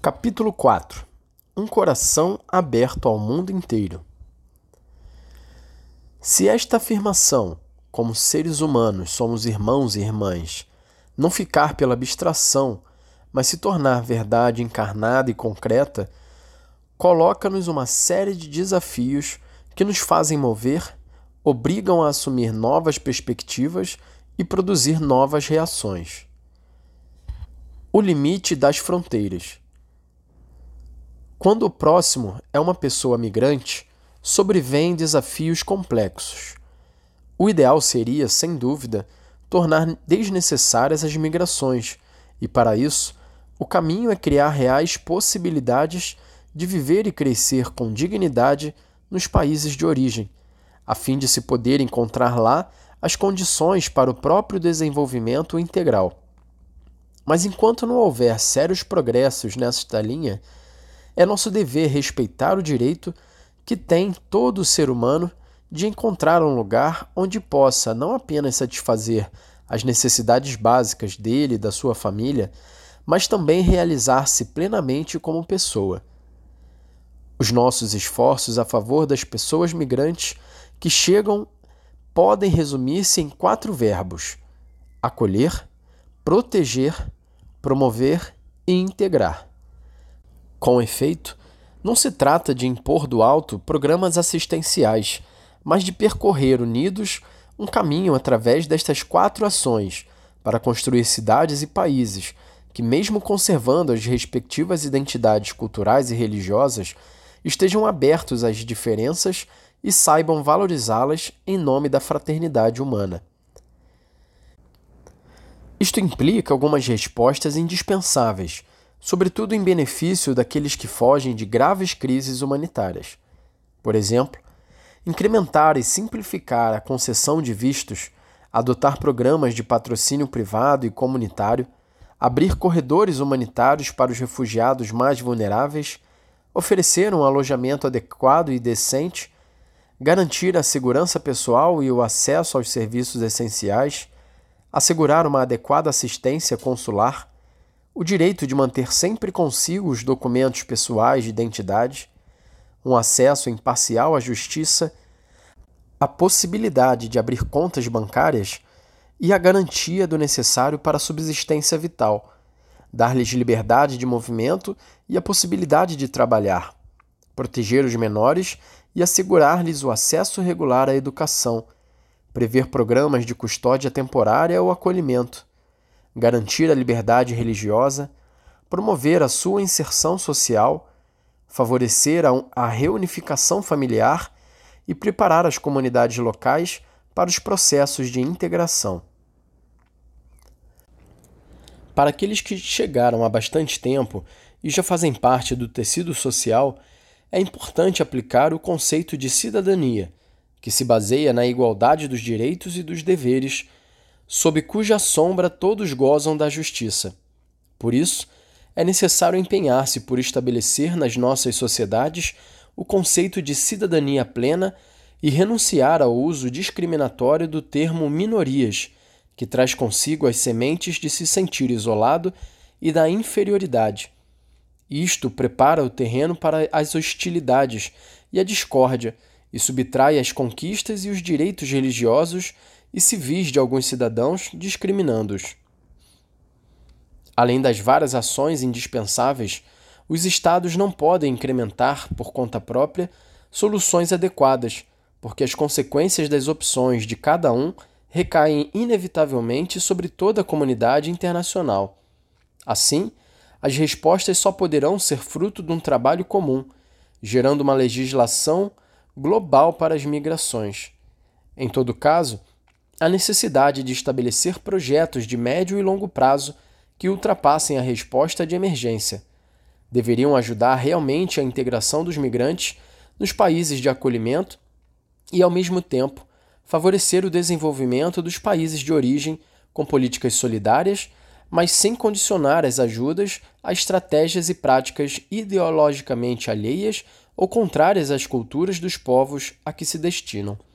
Capítulo 4. Um coração aberto ao mundo inteiro. Se esta afirmação, como seres humanos somos irmãos e irmãs, não ficar pela abstração, mas se tornar verdade encarnada e concreta, coloca-nos uma série de desafios que nos fazem mover, obrigam a assumir novas perspectivas e produzir novas reações. O limite das fronteiras. Quando o próximo é uma pessoa migrante, sobrevêm desafios complexos. O ideal seria, sem dúvida, tornar desnecessárias as migrações, e para isso, o caminho é criar reais possibilidades de viver e crescer com dignidade nos países de origem, a fim de se poder encontrar lá as condições para o próprio desenvolvimento integral. Mas enquanto não houver sérios progressos nesta linha, é nosso dever respeitar o direito que tem todo ser humano de encontrar um lugar onde possa não apenas satisfazer as necessidades básicas dele e da sua família, mas também realizar-se plenamente como pessoa. Os nossos esforços a favor das pessoas migrantes que chegam podem resumir-se em 4 verbos: acolher, proteger, promover e integrar. Com efeito, não se trata de impor do alto programas assistenciais, mas de percorrer unidos um caminho através destas 4 ações para construir cidades e países que, mesmo conservando as respectivas identidades culturais e religiosas, estejam abertos às diferenças e saibam valorizá-las em nome da fraternidade humana. Isto implica algumas respostas indispensáveis, sobretudo em benefício daqueles que fogem de graves crises humanitárias. Por exemplo, incrementar e simplificar a concessão de vistos, adotar programas de patrocínio privado e comunitário, abrir corredores humanitários para os refugiados mais vulneráveis, oferecer um alojamento adequado e decente, garantir a segurança pessoal e o acesso aos serviços essenciais, assegurar uma adequada assistência consular, o direito de manter sempre consigo os documentos pessoais de identidade, um acesso imparcial à justiça, a possibilidade de abrir contas bancárias e a garantia do necessário para a subsistência vital, dar-lhes liberdade de movimento e a possibilidade de trabalhar, proteger os menores e assegurar-lhes o acesso regular à educação, prever programas de custódia temporária ou acolhimento, garantir a liberdade religiosa, promover a sua inserção social, favorecer a reunificação familiar e preparar as comunidades locais para os processos de integração. Para aqueles que chegaram há bastante tempo e já fazem parte do tecido social, é importante aplicar o conceito de cidadania, que se baseia na igualdade dos direitos e dos deveres, sob cuja sombra todos gozam da justiça. Por isso, é necessário empenhar-se por estabelecer nas nossas sociedades o conceito de cidadania plena e renunciar ao uso discriminatório do termo minorias, que traz consigo as sementes de se sentir isolado e da inferioridade. Isto prepara o terreno para as hostilidades e a discórdia e subtrai as conquistas e os direitos religiosos e civis de alguns cidadãos, discriminando-os. Além das várias ações indispensáveis, os Estados não podem incrementar, por conta própria, soluções adequadas, porque as consequências das opções de cada um recaem inevitavelmente sobre toda a comunidade internacional. Assim, as respostas só poderão ser fruto de um trabalho comum, gerando uma legislação global para as migrações. Em todo caso, a necessidade de estabelecer projetos de médio e longo prazo que ultrapassem a resposta de emergência. Deveriam ajudar realmente a integração dos migrantes nos países de acolhimento e, ao mesmo tempo, favorecer o desenvolvimento dos países de origem com políticas solidárias, mas sem condicionar as ajudas a estratégias e práticas ideologicamente alheias ou contrárias às culturas dos povos a que se destinam.